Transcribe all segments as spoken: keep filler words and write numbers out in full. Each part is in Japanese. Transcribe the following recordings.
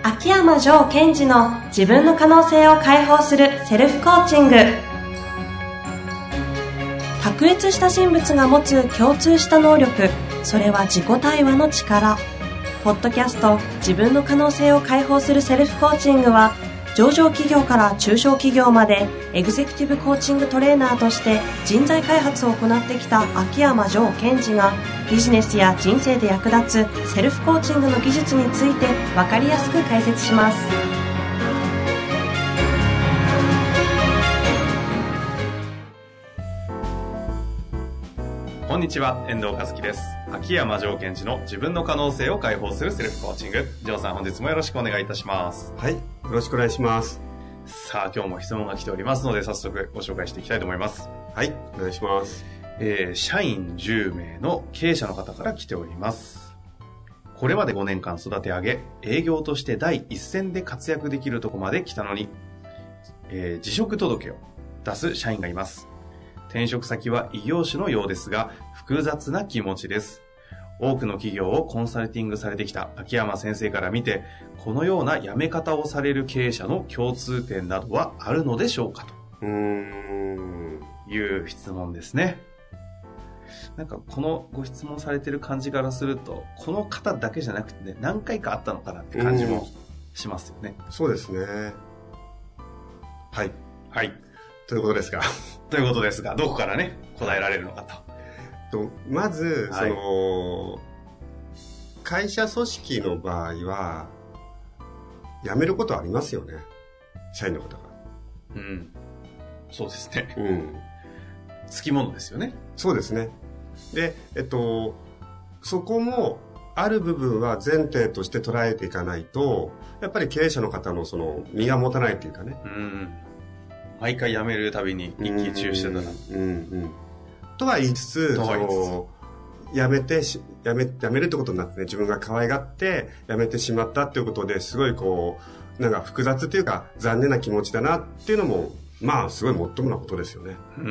秋山城賢治の自分の可能性を解放するセルフコーチング。卓越した人物が持つ共通した能力、それは自己対話の力。ポッドキャスト自分の可能性を解放するセルフコーチングは、上場企業から中小企業までエグゼクティブコーチングトレーナーとして人材開発を行ってきた秋山城賢治が、ビジネスや人生で役立つセルフコーチングの技術について分かりやすく解説します。 こんにちは、遠藤和樹です。秋山城賢治の自分の可能性を解放するセルフコーチング。城さん、本日もよろしくお願いいたします。 はい、よろしくお願いします。 さあ、今日も質問が来ておりますので、早速ご紹介していきたいと思います。 はい、お願いします。 えー、社員じゅうめいの経営者の方から来ております。これまでごねんかん育て上げ、営業として第一線で活躍できるとこまで来たのに、えー、辞職届を出す社員がいます。転職先は異業種のようですが、複雑な気持ちです。多くの企業をコンサルティングされてきた秋山先生から見て、このような辞め方をされる経営者の共通点などはあるのでしょうか、とうーんいう質問ですね。なんかこのご質問されてる感じからすると、この方だけじゃなくてね、何回かあったのかなって感じもしますよね。 そうですね。はい。 はい。 ということですが。 ということですが、どこからね、答えられるのかと。 とまず、 はい、 その、会社組織の場合は、辞めることありますよね。社員の方が。 うん。そうですね。 うん。 つきものですよね。 そうですね。で、えっと、そこも、ある部分は前提として捉えていかないと、やっぱり経営者の方のその、身が持たないというかね。 うん。毎回辞めるたびに日記中してたら。 うんうん。とは言いつつ、その、辞めてし、辞め、辞めるってことになってね、自分が可愛がって辞めてしまったっていうことで、すごいこう、なんか複雑っていうか、残念な気持ちだなっていうのも、まあ、すごいもっともなことですよね。 うん。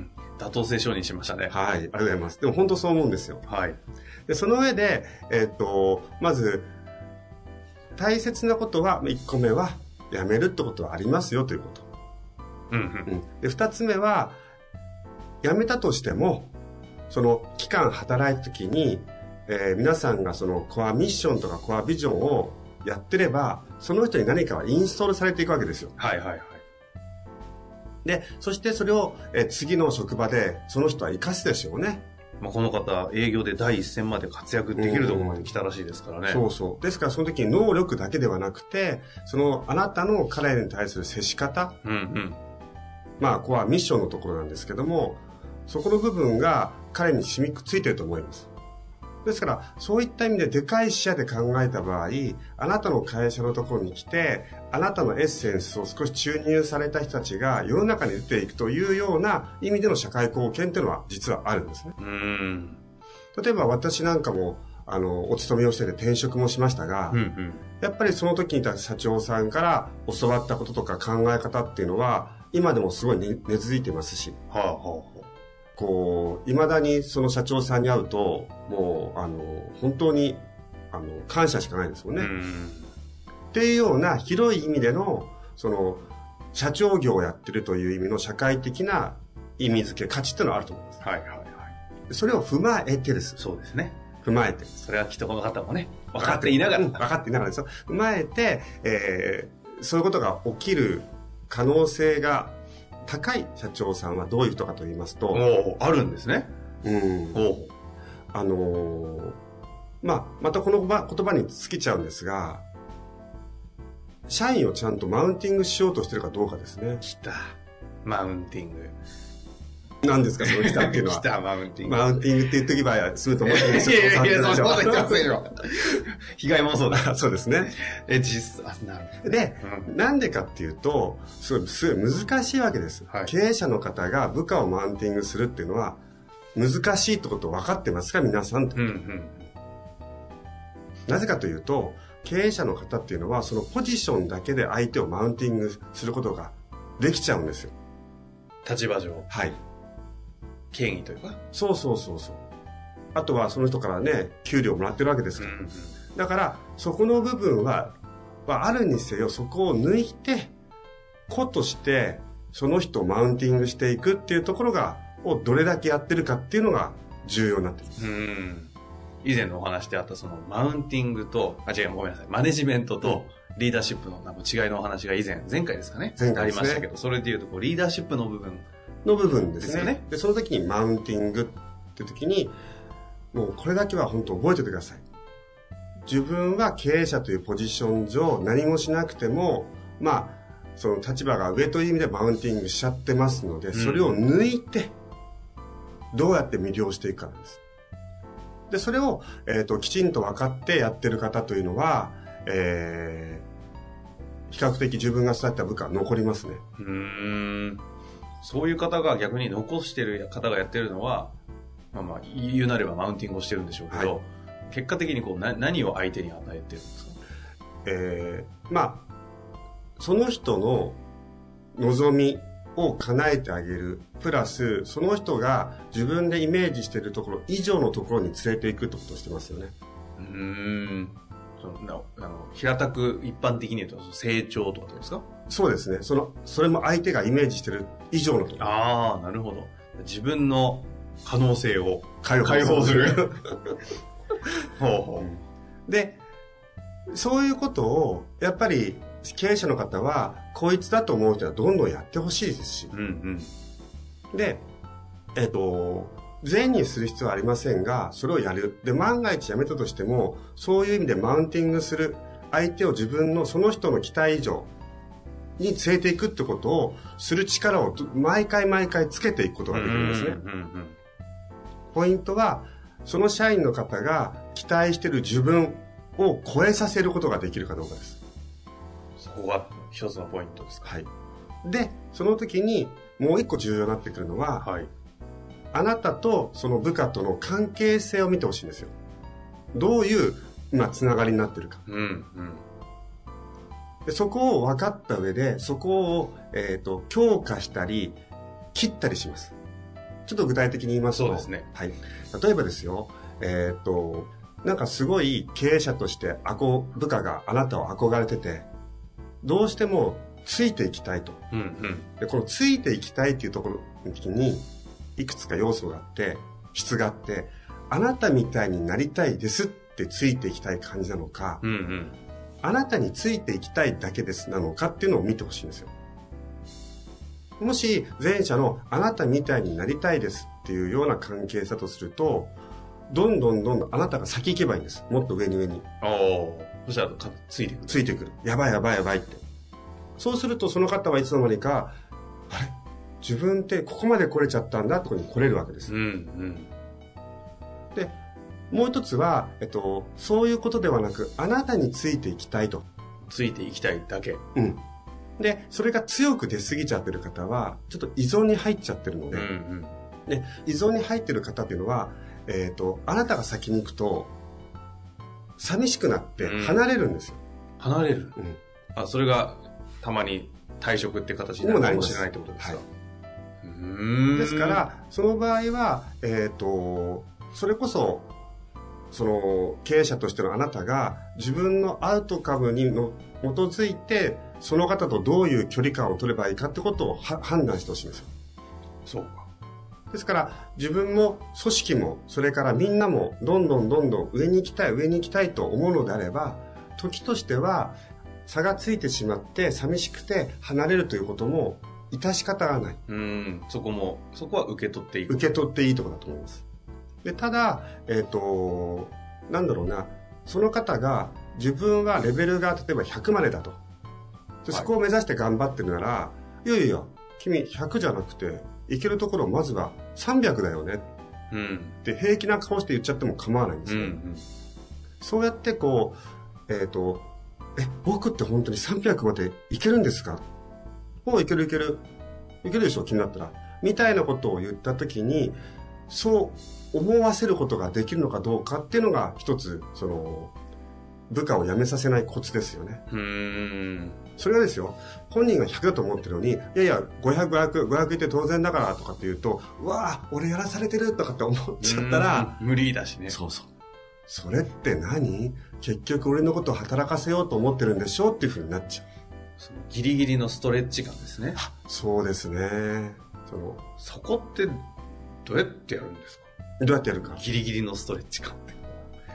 妥当性承認しましたね。 はい、ありがとうございます。でも本当そう思うんですよ。 はい。 で、その上で、えっと、まず、大切なことは、いっこめは、辞めるってことはありますよということ。 うんうんうん、で、二つ目は、辞めたとしても、その期間働いたときに、えー、皆さんがそのコアミッションとかコアビジョンをやってれば、その人に何かはインストールされていくわけですよ。 はいはいはい。 で、そしてそれを、えー、次の職場でその人は活かすでしょうね。 まあ、この方、営業で第一線まで活躍できるところまで来たらしいですからね。 そうそう。ですからその時に能力だけではなくて、そのあなたの彼に対する接し方、 うんうん。 まあ、コアミッションのところなんですけども、そこの部分が彼に染みついていると思います。ですから、そういった意味ででかい視野で考えた場合、あなたの会社のところに来て、あなたのエッセンスを少し注入された人たちが世の中に出ていくというような意味での社会貢献というのは実はあるんですね。 うーん。 例えば私なんかも、あの、お勤めをしてて転職もしましたが、 うんうん、 やっぱりその時にいた社長さんから教わったこととか考え方っていうのは、今でもすごい根付いてますし、 はあはあはあ、 こう、未だにその社長さんに会うと、もう、あの、本当に、あの、感謝しかないですもんね。 うんっていうような広い意味での、その、社長業をやってるという意味の社会的な意味付け、価値っていうのはあると思います。 はいはいはい。 それを踏まえてです。 そうですね。 踏まえて。 それはきっとこの方もね、分かっていながら。 分かっていながらですよ。踏まえて、えー、そういうことが起きる可能性が高い社長さんはどういう人かと言いますと、 おあるんですね。 うん。 おあのー、まあ、またこの言葉言葉に尽きちゃうんですが、社員をちゃんとマウンティングしようとしてるかどうかですね。 来た。マウンティング。 何ですか、その来たっていうのは。 来た、マウンティング。 マウンティングって言っとけば済むと思ってるんですよ。 いやいやいや、そんなこと言ってませんよ。被害妄想だ。 そうですね。 え、実際、なるほど。 で、 うん、 なんでかっていうと、すごい、すごい難しいわけです、はい。経営者の方が部下をマウンティングするっていうのは、難しいってこと分かってますか、皆さんと、 うんうん。 なぜかというと、経営者の方っていうのは、そのポジションだけで相手をマウンティングすることができちゃうんですよ。 立場上。 はい。 権威というか。 そうそうそうそう。あとはその人からね、給料もらってるわけですから。うんうん、だから、そこの部分は、 はあるにせよ、そこを抜いて、個としてその人をマウンティングしていくっていうところが、をどれだけやってるかっていうのが重要になってきます。 うん。以前のお話であったそのマウンティングと、あ、違う、ごめんなさい、マネジメントとリーダーシップのなんか違いのお話が以前、前回ですかね。 前回ですね。 ありましたけど、それでいうとこうリーダーシップの部分。 の部分ですね。 ですよね。 で、その時にマウンティングって時に、もうこれだけは本当覚えておいてください。自分は経営者というポジション上何もしなくても、まあ、その立場が上という意味でマウンティングしちゃってますので、うん、それを抜いて、どうやって魅了していくかなんです。で、それを、えっと、きちんと分かってやってる方というのは、えー、比較的自分が育った部下残りますね。 うーん。そういう方が逆に残してる方がやってるのは、まあまあ、言うなればマウンティングをしてるんでしょうけど、はい、結果的にこうな何を相手に与えてるんですか？ えー、まあ、その人の望みを叶えてあげる。プラス、その人が自分でイメージしているところ以上のところに連れていくってことをしてますよね。 うーん。そのあの平たく一般的に言うと成長とかですか？ そうですね。その、それも相手がイメージしている以上のところ。 ああ、なるほど。自分の可能性を解放する。 ほうほう。で、そういうことを、やっぱり経営者の方は、こいつだと思う人はどんどんやってほしいですし。 うんうん、 で、えっと、全員にする必要はありませんが、それをやる。で、万が一やめたとしても、そういう意味でマウンティングする相手を自分の、その人の期待以上に連れていくってことをする力を毎回毎回つけていくことができるんですね。 うんうんうん、 ポイントは、その社員の方が期待している自分を超えさせることができるかどうかです。 そこが一つのポイントですか。 はい。で、その時にもう一個重要になってくるのは、はい、あなたとその部下との関係性を見てほしいんですよ。どういう今つながりになってるか。 うんうん、 でそこを分かった上で、そこを、えーと、強化したり切ったりします。ちょっと具体的に言いますと、 そうですね。 はい。例えばですよ、えっと、なんかすごい経営者としてあこ部下があなたを憧れてて、どうしてもついていきたいと。 うんうん、 でこのついていきたいっていうところにいくつか要素があって、質があって、あなたみたいになりたいですってついていきたい感じなのか、 うんうん、 あなたについていきたいだけですなのかっていうのを見てほしいんですよ。もし前者のあなたみたいになりたいですっていうような関係さとすると、どんどんどんどんあなたが先行けばいいんです。もっと上に上に。 おー、そしたらついてくる。 ついてくる。やばいやばいやばいって。そうするとその方はいつの間にか、あれ自分ってここまで来れちゃったんだってところに来れるわけです。 うんうん、 で、もう一つは、えっと、そういうことではなく、あなたについていきたいと。 ついていきたいだけ。 うん。で、それが強く出過ぎちゃってる方は、ちょっと依存に入っちゃってるので、 うんうん、 で、依存に入ってる方っていうのは、えっと、あなたが先に行くと、寂しくなって離れるんですよ。 うん、離れる、 うん、 あ、それがたまに退職って形になるかもしれないってことですか。はい、うーんですから、その場合は、えっと、それこそ、その経営者としてのあなたが自分のアウトカムにの基づいて、その方とどういう距離感を取ればいいかってことを判断してほしいんですよ。 そうか。 ですから自分も組織もそれからみんなもどんどんどんどん上に行きたい上に行きたいと思うのであれば、時としては差がついてしまって寂しくて離れるということも致し方がない。 うん、そこもそこは受け取っていい。 受け取っていいところだと思います。で、ただえっとなんだろうな、その方が自分はレベルが例えばひゃくまでだと。でそこを目指して頑張ってるなら、はい、いやいやいや、君ひゃくじゃなくて、いけるところまずはさんびゃくだよね。 うん。 って平気な顔して言っちゃっても構わないんですよ。うんうん、そうやってこう、えっと、え、僕って本当にさんびゃくまでいけるんですか？もういけるいける。いけるでしょ、気になったら。みたいなことを言ったときに、そう思わせることができるのかどうかっていうのが一つ、その、部下を辞めさせないコツですよね。 うーん。 それはですよ、本人がひゃくだと思ってるのに、いやいや、ごひゃく、ごひゃく、ごひゃくいて当然だからとかって言うと、うわぁ、俺やらされてるとかって思っちゃったら、 無理だしね。 そうそう。 それって何？結局俺のことを働かせようと思ってるんでしょっていう風になっちゃう。 そのギリギリのストレッチ感ですね。 そうですね。そのそこってどうやってやるんですか？ どうやってやるか。 ギリギリのストレッチ感って。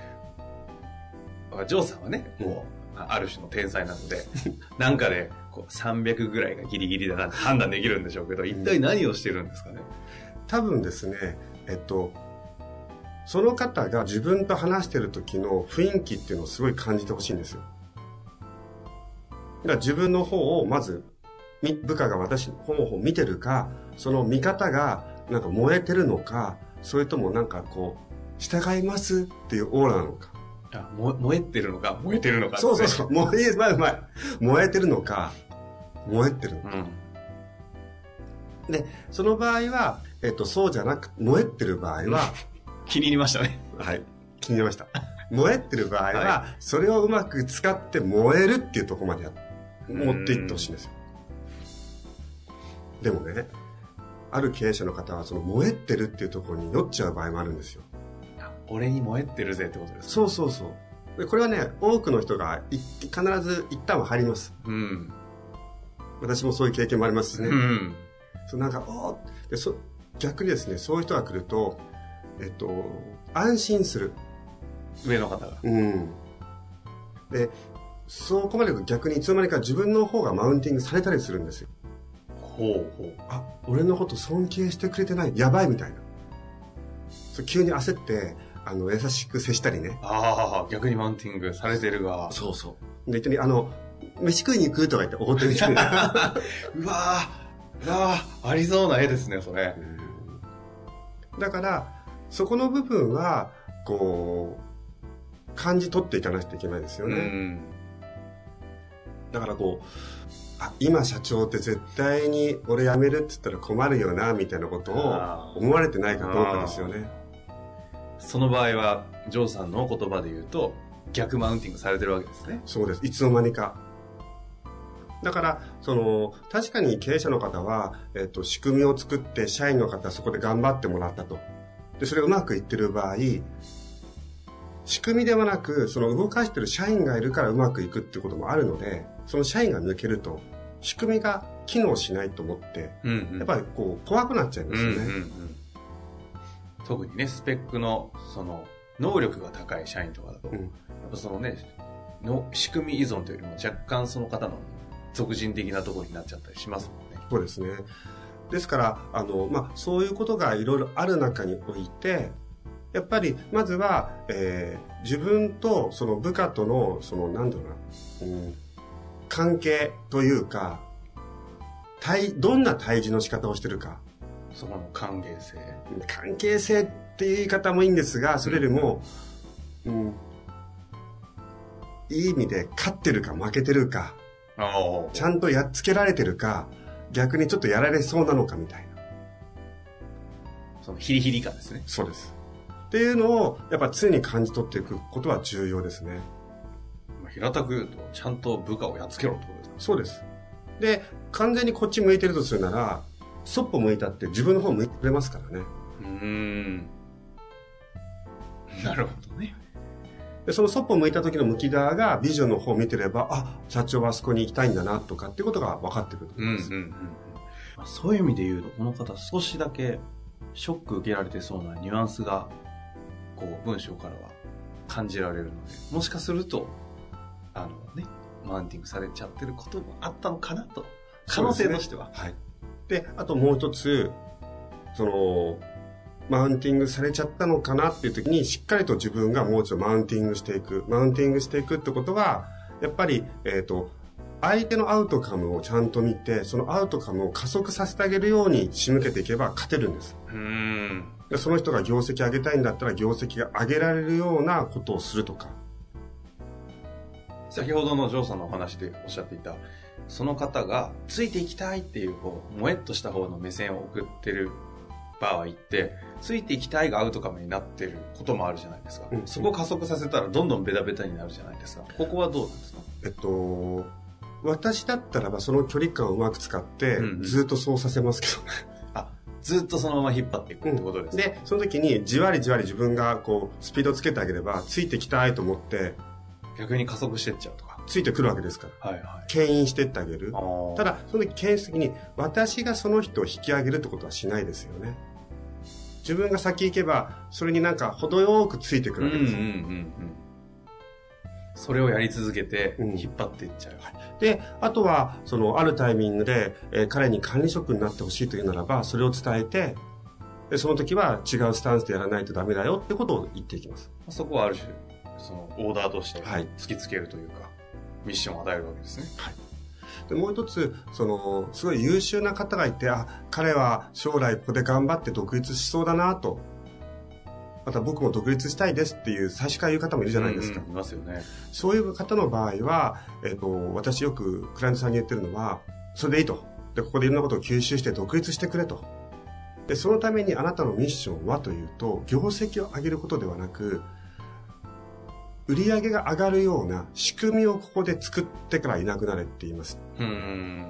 ジョーさんはね、もうある種の天才なので、なんかでこうさんびゃくぐらいがギリギリだなって判断できるんでしょうけど、一体何をしてるんですかね？ 多分ですね、えっと、その方が自分と話してる時の雰囲気っていうのをすごい感じてほしいんですよ。だから自分の方をまず、部下が私の方を見てるか、その見方がなんか燃えてるのか、それともなんかこう、従いますっていうオーラなのか。 あ、燃えてるのか、燃えてるのか、ね。 そうそうそう。燃え、うまいうまい。燃えてるのか、燃えてるのか。うん、で、その場合は、えっと、そうじゃなく、燃えてる場合は、 気に入りましたね。 はい。気に入りました。燃えてる場合は、はい、それをうまく使って燃えるっていうところまでや持っていってほしいんですよ。でもね、ある経営者の方は、その燃えてるっていうところに酔っちゃう場合もあるんですよ。 俺に燃えてるぜってことですか？ そうそうそう。でこれはね、多くの人がい必ず一旦は入ります。うん。私もそういう経験もありますしね。うん。そうなんか、おーでそ逆にですね、そういう人が来ると、えっと、安心する。 上の方が。 うん。で、そこまで逆にいつの間にか自分の方がマウンティングされたりするんですよ。 ほうほう。 あ、俺のこと尊敬してくれてない。やばいみたいな。そう急に焦って、あの、優しく接したりね。 ああ、逆にマウンティングされてるが。 そうそう。で、言って、あの、飯食いに行くとか言って怒ってみたいな。 うわぁ、うわぁ、ありそうな絵ですね、それ。 だから、そこの部分は、こう、感じ取っていかなきゃいけないですよね。うん、だからこう、あ、今社長って絶対に俺辞めるって言ったら困るよな、みたいなことを思われてないかどうかですよね。 その場合は、ジョーさんの言葉で言うと、逆マウンティングされてるわけですね。 そうです。いつの間にか。だから、その、確かに経営者の方は、えっと、仕組みを作って、社員の方はそこで頑張ってもらったと。で、それがうまくいってる場合、仕組みではなく、その動かしてる社員がいるからうまくいくってこともあるので、その社員が抜けると、仕組みが機能しないと思って、うんうん、やっぱりこう、怖くなっちゃいますよね。うんうんうん、 特にね、スペックの、その、能力が高い社員とかだと、うん、やっぱそのね、の仕組み依存というよりも若干その方の俗人的なところになっちゃったりしますもんね。 そうですね。ですから、あの、まあ、そういうことがいろいろある中において、やっぱり、まずは、えー、自分とその部下との、その、なんだろうな、うん、関係というか、対、どんな対峙の仕方をしてるか。 そこの関係性。 関係性っていう言い方もいいんですが、それよりも、うん、いい意味で勝ってるか負けてるか、ちゃんとやっつけられてるか、逆にちょっとやられそうなのかみたいな。 そのヒリヒリ感ですね。 そうです。っていうのを、やっぱ常に感じ取っていくことは重要ですね。 平たく言うと、ちゃんと部下をやっつけろってことですか？ そうです。で、完全にこっち向いてるとするなら、そっぽ向いたって自分の方向いてくれますからね。うーん。 なるほどね。 で、そのそっぽ向いた時の向き側がビジョンの方を見てれば、あ、社長はあそこに行きたいんだなとかっていうことが分かってくると思います。うんうんうん。 そういう意味で言うと、この方少しだけショック受けられてそうなニュアンスが、こう、文章からは感じられるので、もしかすると、あのね、マウンティングされちゃってることもあったのかなと。可能性としては。ね、 はい。で、あともう一つ、その、マウンティングされちゃったのかなっていう時に、しっかりと自分がもう一度マウンティングしていく。マウンティングしていくってことは、やっぱり、えっと、相手のアウトカムをちゃんと見て、そのアウトカムを加速させてあげるように仕向けていけば勝てるんです。うーん。で、その人が業績上げたいんだったら、業績が上げられるようなことをするとか。 先ほどのジョーさんのお話でおっしゃっていた、その方がついていきたいっていうこうもえっとした方の目線を送ってる場合ってついていきたいがアウトカムになってることもあるじゃないですか、うん、そこを加速させたらどんどんベタベタになるじゃないですか。ここはどうなんですか？ えっと私だったらばその距離感をうまく使ってずっとそうさせますけどね、 うんうん、あずっとそのまま引っ張っていくってことですね、 うん、でその時にじわりじわり自分がこうスピードをつけてあげればついてきたいと思って逆に加速してっちゃうとかついてくるわけですから、 はいはい、 牽引してってあげる。ただその時牽引する時に私がその人を引き上げるってことはしないですよね。自分が先行けばそれになんか程よくついてくるわけですよ、うんうんうんうん、 それをやり続けて引っ張っていっちゃう、うんはい、であとはそのあるタイミングで、えー、彼に管理職になってほしいというならばそれを伝えてでその時は違うスタンスでやらないとダメだよってことを言っていきます。 そこはある種そのオーダーとして突きつけるというか、はい、ミッションを与えるわけですね、 はい。でもう一つそのすごい優秀な方がいてあ彼は将来ここで頑張って独立しそうだなとまた僕も独立したいですっていう最初から言う方もいるじゃないですか、 うんうん、いますよね。 そういう方の場合は、えーと、私よくクライアントさんに言ってるのはそれでいいとでここでいろんなことを吸収して独立してくれとでそのためにあなたのミッションはというと業績を上げることではなく売り上げが上がるような仕組みをここで作ってからいなくなれって言います。 うーん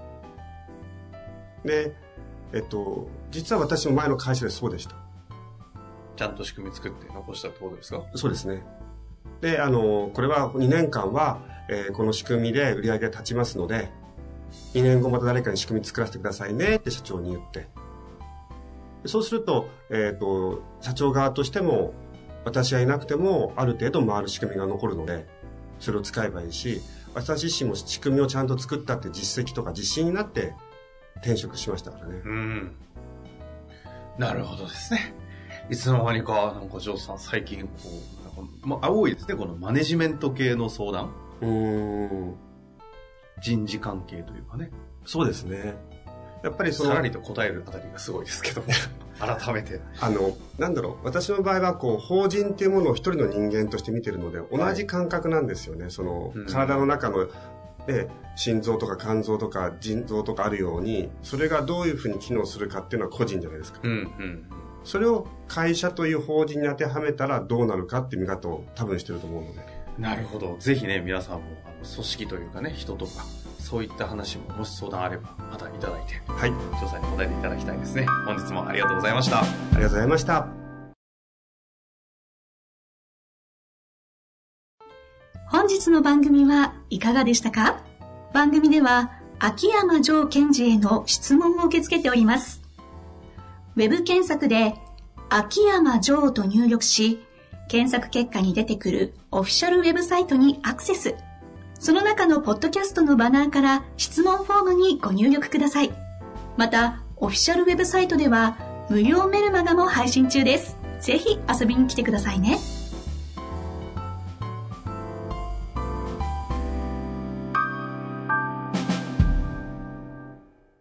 で、えっと、実は私も前の会社でそうでした。 ちゃんと仕組み作って残したってことですか？ そうですね。で、あの、これはにねんかんは、えー、この仕組みで売り上げが立ちますので、にねんごまた誰かに仕組み作らせてくださいねって社長に言って。そうすると、えっと、社長側としても、私がいなくてもある程度回る仕組みが残るのでそれを使えばいいし私自身も仕組みをちゃんと作ったって実績とか自信になって転職しましたからね。 うんなるほどですね。いつの間にかなんかジョーさん最近こうなんか、まあ、多いですねこのマネジメント系の相談。 うーん人事関係というかね。 そうですね。やっぱりそのさらりと答えるあたりがすごいですけども改めてあのなんだろう私の場合はこう法人っていうものを一人の人間として見てるので同じ感覚なんですよね、はい、その、うん、体の中の、ね、心臓とか肝臓とか腎臓とかあるようにそれがどういうふうに機能するかっていうのは個人じゃないですか、 うんうん、 それを会社という法人に当てはめたらどうなるかっていう見方を多分してると思うので。 なるほど。ぜひね皆さんもあの組織というかね人とかそういった話ももし相談あればまたいただいて、はい、調査に答えていただきたいですね。本日もありがとうございました。 ありがとうございました。 本日の番組はいかがでしたか？番組では秋山城賢治への質問を受け付けております。ウェブ検索で秋山城と入力し検索結果に出てくるオフィシャルウェブサイトにアクセス。その中のポッドキャストのバナーから質問フォームにご入力ください。また、オフィシャルウェブサイトでは無料メルマガも配信中です。ぜひ遊びに来てくださいね。